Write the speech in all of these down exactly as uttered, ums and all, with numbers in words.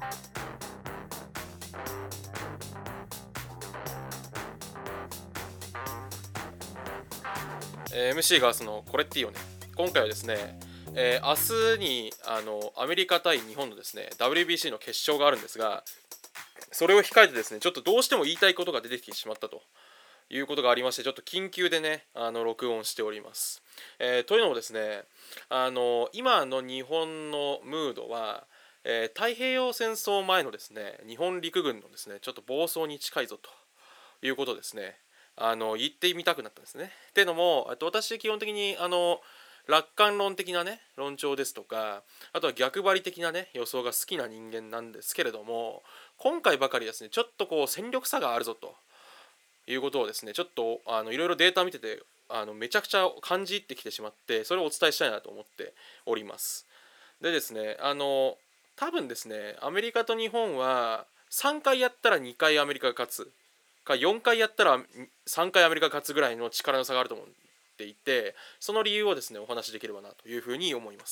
えー、エムシー がそのこれっていいよね。今回はですね、えー、明日にあのアメリカ対日本のですね ダブリュービーシー の決勝があるんですが、それを控えてですね、ちょっとどうしても言いたいことが出てきてしまったということがありまして、ちょっと緊急でねあの録音しております。えー、というのもですね、あの今の日本のムードは、えー、太平洋戦争前のですね日本陸軍のですねちょっと暴走に近いぞということですね、あの言ってみたくなったんですね。っていうのも、私基本的にあの楽観論的なね論調ですとか、あとは逆張り的なね予想が好きな人間なんですけれども、今回ばかりですねちょっとこう戦力差があるぞということをですね、ちょっとあのいろいろデータ見ててあのめちゃくちゃ感じってきてしまって、それをお伝えしたいなと思っております。でですね、あの多分ですねアメリカと日本はさんかいやったらにかいアメリカが勝つか、よんかいやったらさんかいアメリカが勝つぐらいの力の差があると思っていて、その理由をですねお話しできればなというふうに思います。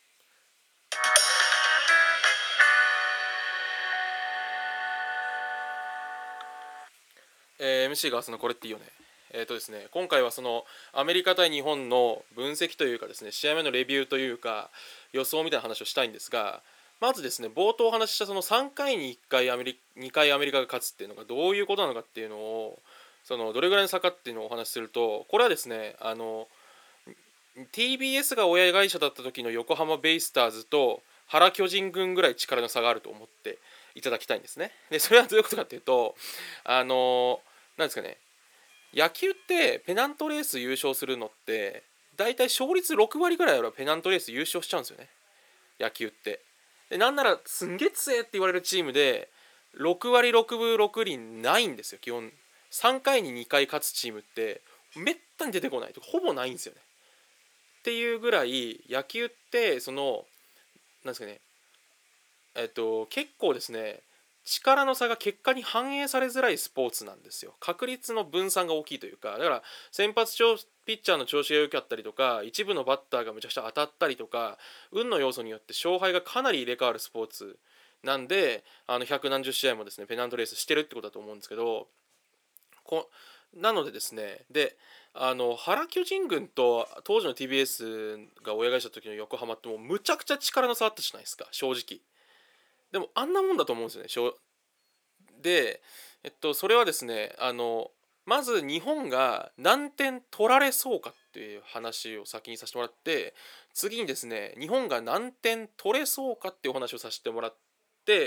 えー、エムシー がそのこれっていいよね。えーとですね、今回はそのアメリカ対日本の分析というかですね、試合目のレビューというか予想みたいな話をしたいんですが、まずですね冒頭お話ししたそのさんかいにいっかいアメリにかいアメリカが勝つっていうのがどういうことなのかっていうのを、そのどれぐらいの差かっていうのをお話しすると、これはですねあの ティービーエス が親会社だった時の横浜ベイスターズと原巨人軍ぐらい力の差があると思っていただきたいんですね。でそれはどういうことかっていうと、あのなんですかね、野球ってペナントレース優勝するのってだいたい勝率ろくわりぐらいあればペナントレース優勝しちゃうんですよね、野球って。でなんならすんげえ強えって言われるチームでろくわりろくぶろくりんないんですよ基本。さんかいににかい勝つチームってめったに出てこないと、ほぼないんですよね。っていうぐらい野球ってそのなんですかね、えっと結構ですね力の差が結果に反映されづらいスポーツなんですよ。確率の分散が大きいというか、だから先発ピッチャーの調子が良かったりとか、一部のバッターがめちゃくちゃ当たったりとか、運の要素によって勝敗がかなり入れ替わるスポーツなんで、あの百何十試合もですねペナントレースしてるってことだと思うんですけど、こなのでですね、であの原巨人軍と当時の ティービーエス が親会社の時の横浜ってもうむちゃくちゃ力の差あったじゃないですか正直。でもあんなもんだと思うんですよね。しょで、えっと、それはですねあのまず日本が何点取られそうかっていう話を先にさせてもらって、次にですね日本が何点取れそうかっていうお話をさせてもらって、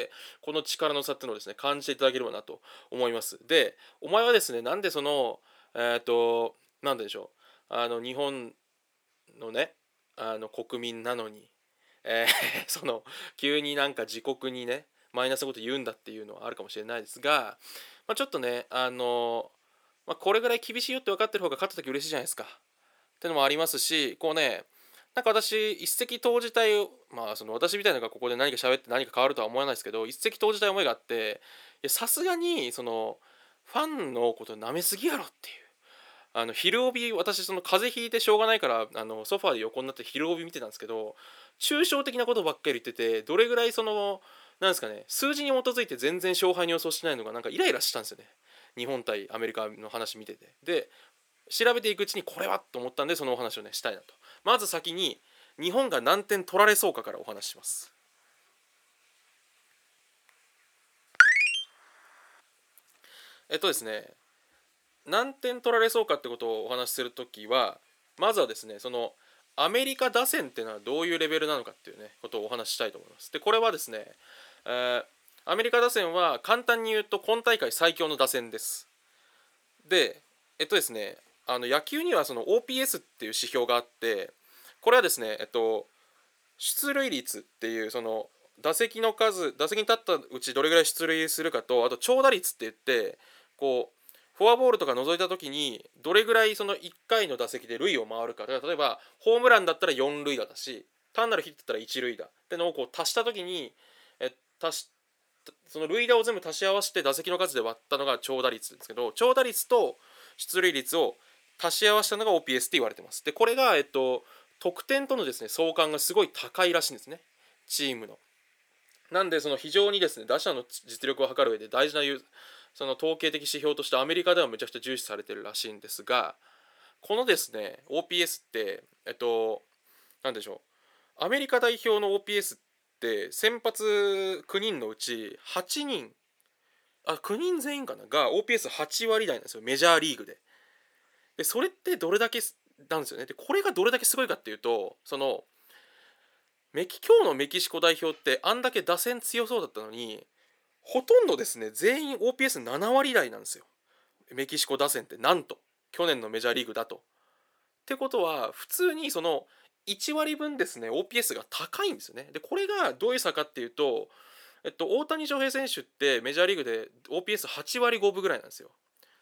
この力の差っていうのをですね感じていただければなと思います。でお前はですねなんでそのえっとなんでしょう、あの日本のねあの国民なのに、えーその急になんか自国にねマイナスのこと言うんだっていうのはあるかもしれないですが、まあ、ちょっとねあの、まあ、これぐらい厳しいよって分かってる方が勝った時嬉しいじゃないですかってのもありますし、こうねなんか私一石投じたい、まあその私みたいなのがここで何か喋って何か変わるとは思わないですけど、一石投じたい思いがあって、さすがにそのファンのこと舐めすぎやろっていう、あの昼帯、私その風邪ひいてしょうがないからあのソファーで横になって昼帯見てたんですけど、抽象的なことばっかり言ってて、どれぐらいそのなんですかね数字に基づいて全然勝敗に予想しないのがなんかイライラしたんですよね、日本対アメリカの話見てて。で調べていくうちにこれはと思ったんで、そのお話をねしたいなと。まず先に日本が何点取られそうかからお話しします。えっとですね何点取られそうかってことをお話しするときは、まずはですねそのアメリカ打線っていうのはどういうレベルなのかっていうねことをお話ししたいと思います。でこれはですね、えーアメリカ打線は簡単に言うと今大会最強の打線です。でえっとですねあの野球にはその オーピーエス っていう指標があって、これはですねえっと出塁率っていうその打席の数打席に立ったうちどれぐらい出塁するかと、あと長打率って言ってこうフォアボールとか除いた時にどれぐらいそのいっかいの打席で塁を回るか。例えばホームランだったらよん塁打だし、単なるヒットだったらいち塁打ってのをこう足した時にえ足しその塁打を全部足し合わせて打席の数で割ったのが長打率ですけど、長打率と出塁率を足し合わせたのが オーピーエス って言われてます。でこれがえっと得点とのですね相関がすごい高いらしいんですね、チームの。 なんでその非常にですね打者の実力を測る上で大事なその統計的指標としてアメリカではめちゃくちゃ重視されてるらしいんですが、このですね オーピーエス ってえっとなんでしょう、アメリカ代表の オーピーエス って先発きゅうにんのうちはちにん、あきゅうにん全員かなが オーピーエスはち 割台なんですよ、メジャーリーグで。でそれってどれだけなんですよね。でこれがどれだけすごいかっていうと、そのメキ今日のメキシコ代表ってあんだけ打線強そうだったのに、ほとんどですね全員 オーピーエスなな 割台なんですよ、メキシコ打線って。なんと去年のメジャーリーグだと。ってことは普通にそのいち割分ですね オーピーエス が高いんですよね。でこれがどういう差かっていうと、えっと、大谷翔平選手ってメジャーリーグで オーピーエスはち 割ごぶぐらいなんですよ。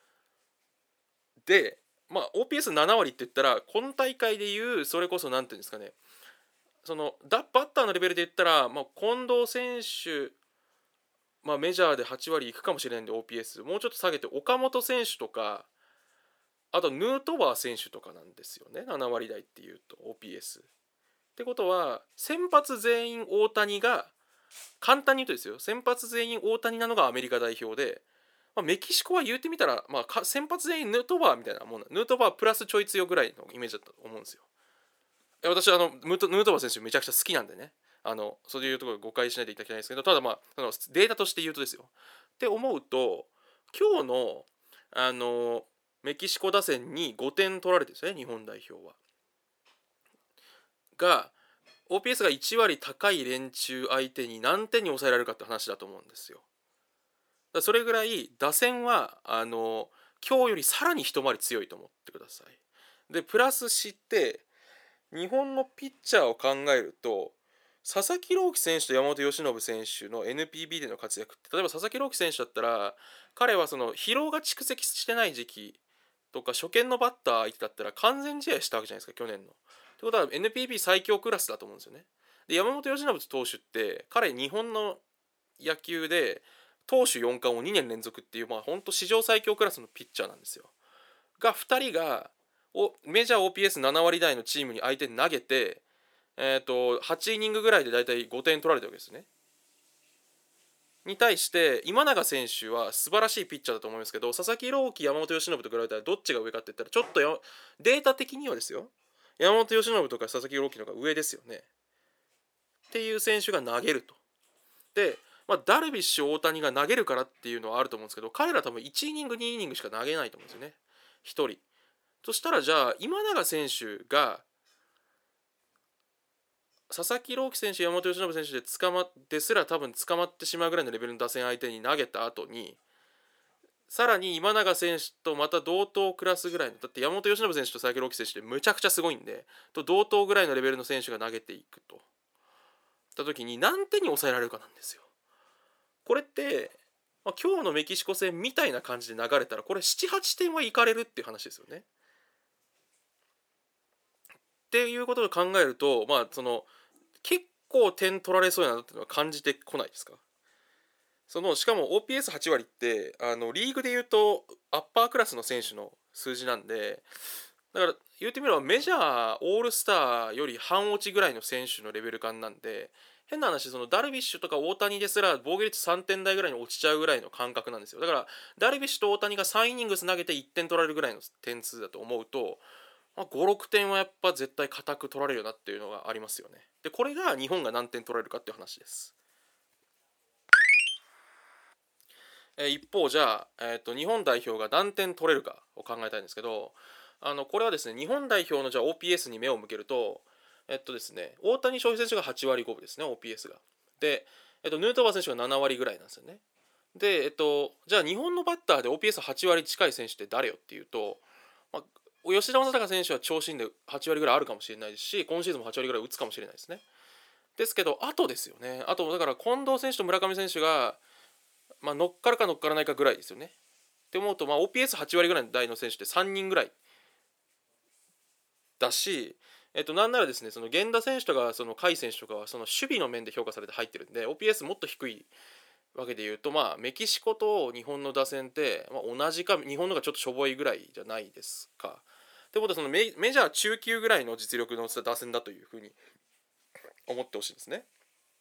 でまあ オーピーエスなな 割って言ったら今大会でいうそれこそ何ていうんですかね、そのバッターのレベルで言ったら、まあ、近藤選手、まあ、メジャーではち割いくかもしれないんで オーピーエス もうちょっと下げて岡本選手とか、あとヌートバー選手とかなんですよね、なな割台っていうと オーピーエス。ってことは先発全員大谷が、簡単に言うとですよ、先発全員大谷なのがアメリカ代表で、まあ、メキシコは言うてみたら、まあ、先発全員ヌートバーみたいなもんな、ヌートバープラスちょい強ぐらいのイメージだったと思うんですよ。私はあのヌートバー選手めちゃくちゃ好きなんでね、あのそういうところ誤解しないでいただきたいんですけど、ただまあそのデータとして言うとですよ。って思うと、今日のあのメキシコ打線にごてん取られてるんですね、日本代表は。が オーピーエス がいち割高い連中相手に何点に抑えられるかって話だと思うんですよ。だそれぐらい打線はあの今日よりさらに一回り強いと思ってください。でプラスして日本のピッチャーを考えると、佐々木朗希選手と山本由伸選手の エヌピービー での活躍って、例えば佐々木朗希選手だったら彼はその疲労が蓄積してない時期とか初見のバッター相手だったら完全試合したわけじゃないですか、去年の。ってことは エヌピービー 最強クラスだと思うんですよね。で山本由伸投手って彼日本の野球で投手よん冠をにねん連続っていう、まあ本当史上最強クラスのピッチャーなんですよ。がふたりがメジャー オーピーエスなな 割台のチームに相手に投げて、えー、とはちイニングぐらいでだいたいごてん取られたわけですね。に対して今永選手は素晴らしいピッチャーだと思いますけど、佐々木朗希山本由伸と比べたらどっちが上かって言ったらちょっとやデータ的にはですよ、山本由伸とか佐々木朗希の方が上ですよねっていう選手が投げると。で、まあ、ダルビッシュ大谷が投げるからっていうのはあると思うんですけど、彼ら多分いちイニングにイニングしか投げないと思うんですよね、ひとり。そしたらじゃあ今永選手が佐々木朗希選手、山本由伸選手で捕まってすら多分捕まってしまうぐらいのレベルの打線相手に投げた後に、さらに今永選手とまた同等クラスぐらいの、だって山本由伸選手と佐々木朗希選手ってむちゃくちゃすごいんで、と同等ぐらいのレベルの選手が投げていくとった時に何手に抑えられるかなんですよ。これって、まあ、今日のメキシコ戦みたいな感じで流れたらこれななはちてんはいかれるっていう話ですよね。っていうことを考えると、まあその結構点取られそうやなっていうのは感じてこないですか。そのしかも オーピーエスはち 割ってあのリーグでいうとアッパークラスの選手の数字なんで、だから言ってみればメジャーオールスターより半落ちぐらいの選手のレベル感なんで、変な話、そのダルビッシュとか大谷ですら防御率さんてん台ぐらいに落ちちゃうぐらいの感覚なんですよ。だからダルビッシュと大谷がさんイニングス投げていってん取られるぐらいの点数だと思うと、まあ、ご、ろくてんはやっぱ絶対固く取られるよなっていうのがありますよね。でこれが日本が何点取られるかっていう話です。えー一方じゃあ、えーと、日本代表が何点取れるかを考えたいんですけど、あのこれはですね、日本代表のじゃあ オーピーエス に目を向けると、えっとですね、大谷翔平選手がはち割ごぶですね、オーピーエス が。で、えっと、ヌートバー選手がなな割ぐらいなんですよね。で、えっと、じゃあ日本のバッターで オーピーエスはち割近い選手って誰よっていうと、まあ、吉田正尚選手は長身ではち割ぐらいあるかもしれないですし、今シーズンもはち割ぐらい打つかもしれないですね。ですけど、あとですよね。あと、だから近藤選手と村上選手が、まあ、乗っかるか乗っからないかぐらいですよね。って思うと、まあ、オーピーエスはち割ぐらいの台の選手ってさんにんぐらいだし、えっと、なんならですね、その源田選手とかその甲斐選手とかはその守備の面で評価されて入ってるんで、オーピーエス もっと低いわけで言うと、まあ、メキシコと日本の打線って、まあ、同じか、日本のがちょっとしょぼいぐらいじゃないですか。ってことは、そのメメジャー中級ぐらいの実力の打線だというふうに思ってほしいんですね。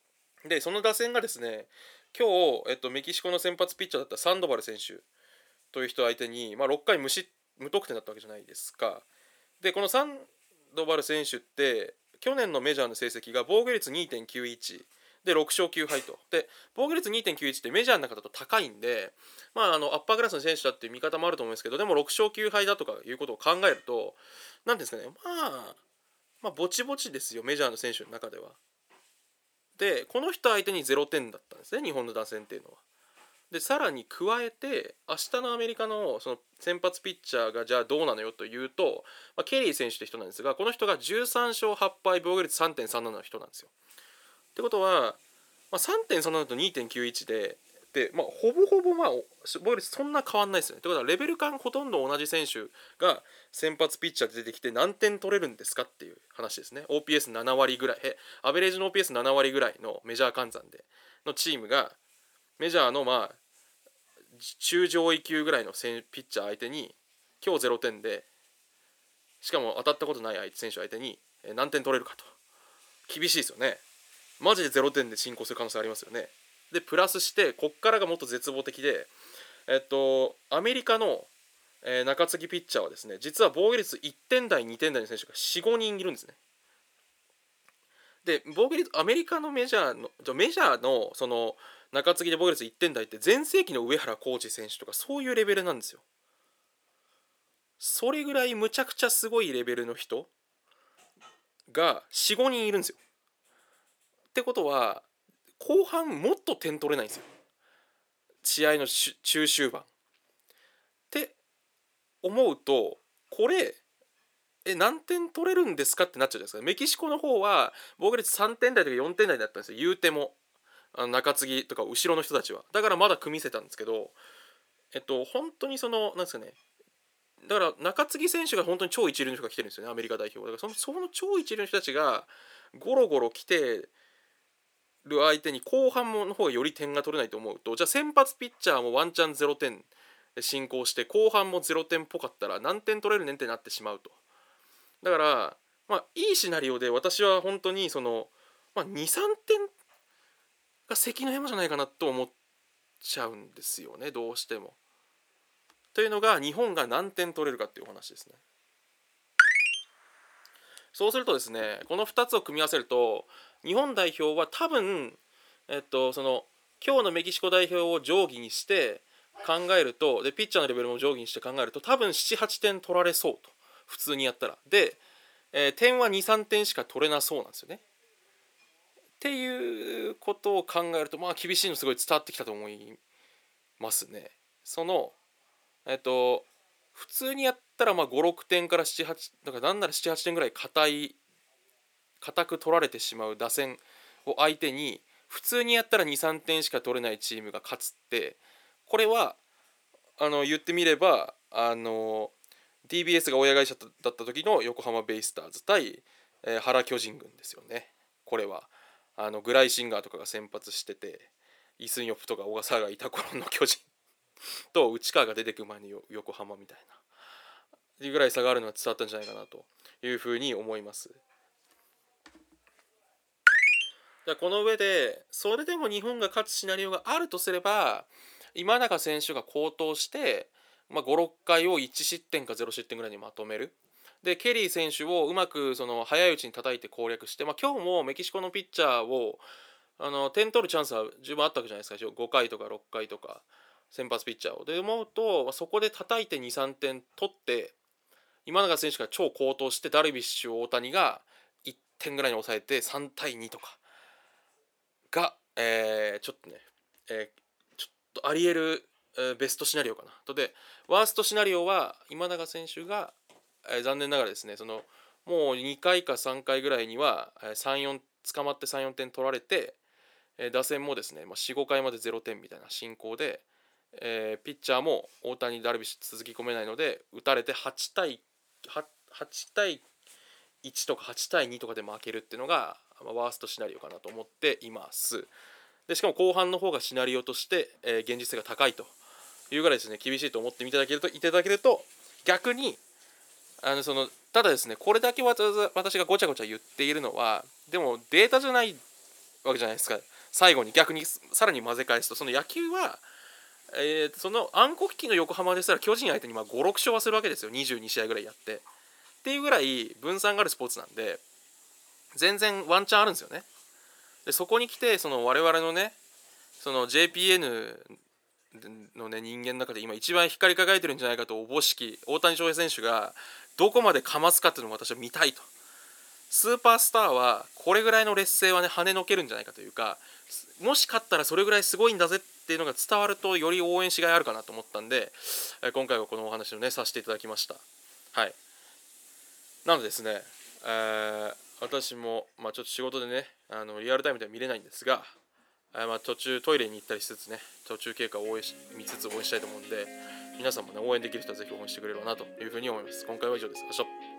でその打線がですね、今日、えっと、メキシコの先発ピッチャーだったサンドバル選手という人相手に、まあ、ろっかい無失無得点だったわけじゃないですか。でこのサンドバル選手って去年のメジャーの成績が防御率 にてんきゅういち でろく勝きゅう敗と。で防御率 にてんきゅういち ってメジャーの中だと高いんで、まあ、あのアッパークラスの選手だっていう見方もあると思うんですけど、でもろく勝きゅう敗だとかいうことを考えると、何ですかね、まあまあぼちぼちですよ、メジャーの選手の中では。でこの人相手にゼロてんだったんですね、日本の打線っていうのは。でさらに加えて明日のアメリカのその先発ピッチャーがじゃあどうなのよというと、まあ、ケリー選手って人なんですが、この人がじゅうさん勝はち敗防御率 さんてんさんなな の人なんですよ。ってことは、まあ、さんてんさんなな と にてんきゅういち でで、まあ、ほぼほぼまあ防御率そんな変わんないですよね。ってことはレベル感ほとんど同じ選手が先発ピッチャーで出てきて何点取れるんですかっていう話ですね。 オーピーエスなな 割ぐらい、えアベレージの オーピーエスなな 割ぐらいのメジャー換算でのチームがメジャーのまあ中上位級ぐらいのピッチャー相手に今日ゼロてんで、しかも当たったことない選手相手に何点取れるかと。厳しいですよね。マジでゼロてんで進行する可能性ありますよね。でプラスしてこっからがもっと絶望的で、えっとアメリカの、えー、中継ぎピッチャーはですね、実は防御率いってん台にてん台の選手が よん,ご 人いるんですね。で防御率アメリカのメジャーのメジャーのその中継ぎで防御率いってん台って全盛期の上原浩二選手とかそういうレベルなんですよ。それぐらいむちゃくちゃすごいレベルの人が よん,ご 人いるんですよ。ってことは後半もっと点取れないんですよ、試合の中終盤って思うと、これえ何点取れるんですかってなっちゃうじゃないですか。メキシコの方は防御率さんてん台とかよんてん台だったんですよ、言うても。あの中継ぎとか後ろの人たちはだからまだ組みせたんですけど、えっと本当にそのなんですかね、だから中継ぎ選手が本当に超一流の人が来てるんですよね、アメリカ代表。だからそのその超一流の人たちがゴロゴロ来てる相手に後半の方がより点が取れないと思うと、じゃあ先発ピッチャーもワンチャンゼロてんで進行して後半もゼロてんっぽかったら何点取れるねんってなってしまうと。だからまあいいシナリオで私は本当にその、まあ、にさんてんが関の山じゃないかなと思っちゃうんですよね、どうしても。というのが日本が何点取れるかっていうお話ですね。そうするとですね、このふたつを組み合わせると日本代表は多分、えっと、その今日のメキシコ代表を定規にして考えると、でピッチャーのレベルも定規にして考えると多分なな、はちてん取られそうと、普通にやったら。で、えー、点はに、さんてんしか取れなそうなんですよね。っていうことを考えると、まあ厳しいのすごい伝わってきたと思いますね。そのえっと普通にやったらまあご、ろくてんからなな、はち、だからなんならなな、はちてんぐらい硬い硬く取られてしまう打線を相手に普通にやったらに、さんてんしか取れないチームが勝つって、これはあの言ってみればあの ティービーエス が親会社だった時の横浜ベイスターズ対、えー、原巨人軍ですよね。これはあのグライシンガーとかが先発してて、イ・スンヨプとか小笠原がいた頃の巨人と内川が出てくる前の横浜みたいないうぐらい差があるのは伝わったんじゃないかなというふうに思います。じゃあこの上でそれでも日本が勝つシナリオがあるとすれば、今永選手が好投して、まあ、ご、ろっかいをいち失点かゼロ失点ぐらいにまとめる。でケリー選手をうまくその早いうちに叩いて攻略して、まあ、今日もメキシコのピッチャーをあの点取るチャンスは十分あったわけじゃないですか。ごかいとかろっかいとか先発ピッチャーをで思うと、そこで叩いてに、さんてん取って今永選手が超好投してダルビッシュ大谷がいってんぐらいに抑えてさんたいにとかが、えー、ちょっとね、えー、ちょっとありえる、えー、ベストシナリオかなと。でワーストシナリオは今永選手が、えー、残念ながらですね、そのもうにかいかさんかいぐらいにはさん、よん捕まってさん、よんてん取られて、えー、打線もですね、まあ、よん、ごかいまでゼロてんみたいな進行で、えー、ピッチャーも大谷ダルビッシュ続き込めないので打たれてはちたいいちとかはちたいにとかで負けるっていうのが、まあ、ワーストシナリオかなと思っています。でしかも後半の方がシナリオとして、えー、現実性が高いというぐらいですね、厳しいと思っていただけるといただけると逆にあのそのただですね、これだけ私がごちゃごちゃ言っているのはでもデータじゃないわけじゃないですか。 最後に逆にさらに混ぜ返すと、その野球は、えー、その暗黒期の横浜ですら巨人相手にまあごろく勝はするわけですよ。にじゅうに試合ぐらいやってっていうぐらい分散があるスポーツなんで、全然ワンチャンあるんですよね。でそこに来て、その我々のね、その ジェーピーエヌ のね人間の中で今一番光り輝いてるんじゃないかとおぼしき大谷翔平選手がどこまでかますかっていうのを私は見たいと。スーパースターはこれぐらいの劣勢はね跳ねのけるんじゃないかというか、もし勝ったらそれぐらいすごいんだぜっていうのが伝わるとより応援しがいあるかなと思ったんで、今回はこのお話をねさせていただきました。はい。なのでですね、えー私も、まあ、ちょっと仕事でねあのリアルタイムでは見れないんですが、えーまあ、途中トイレに行ったりしつつね、途中経過を応援し見つつ応援したいと思うんで、皆さんもね応援できる人はぜひ応援してくれればなというふうに思います。今回は以上です。ありがとうございました。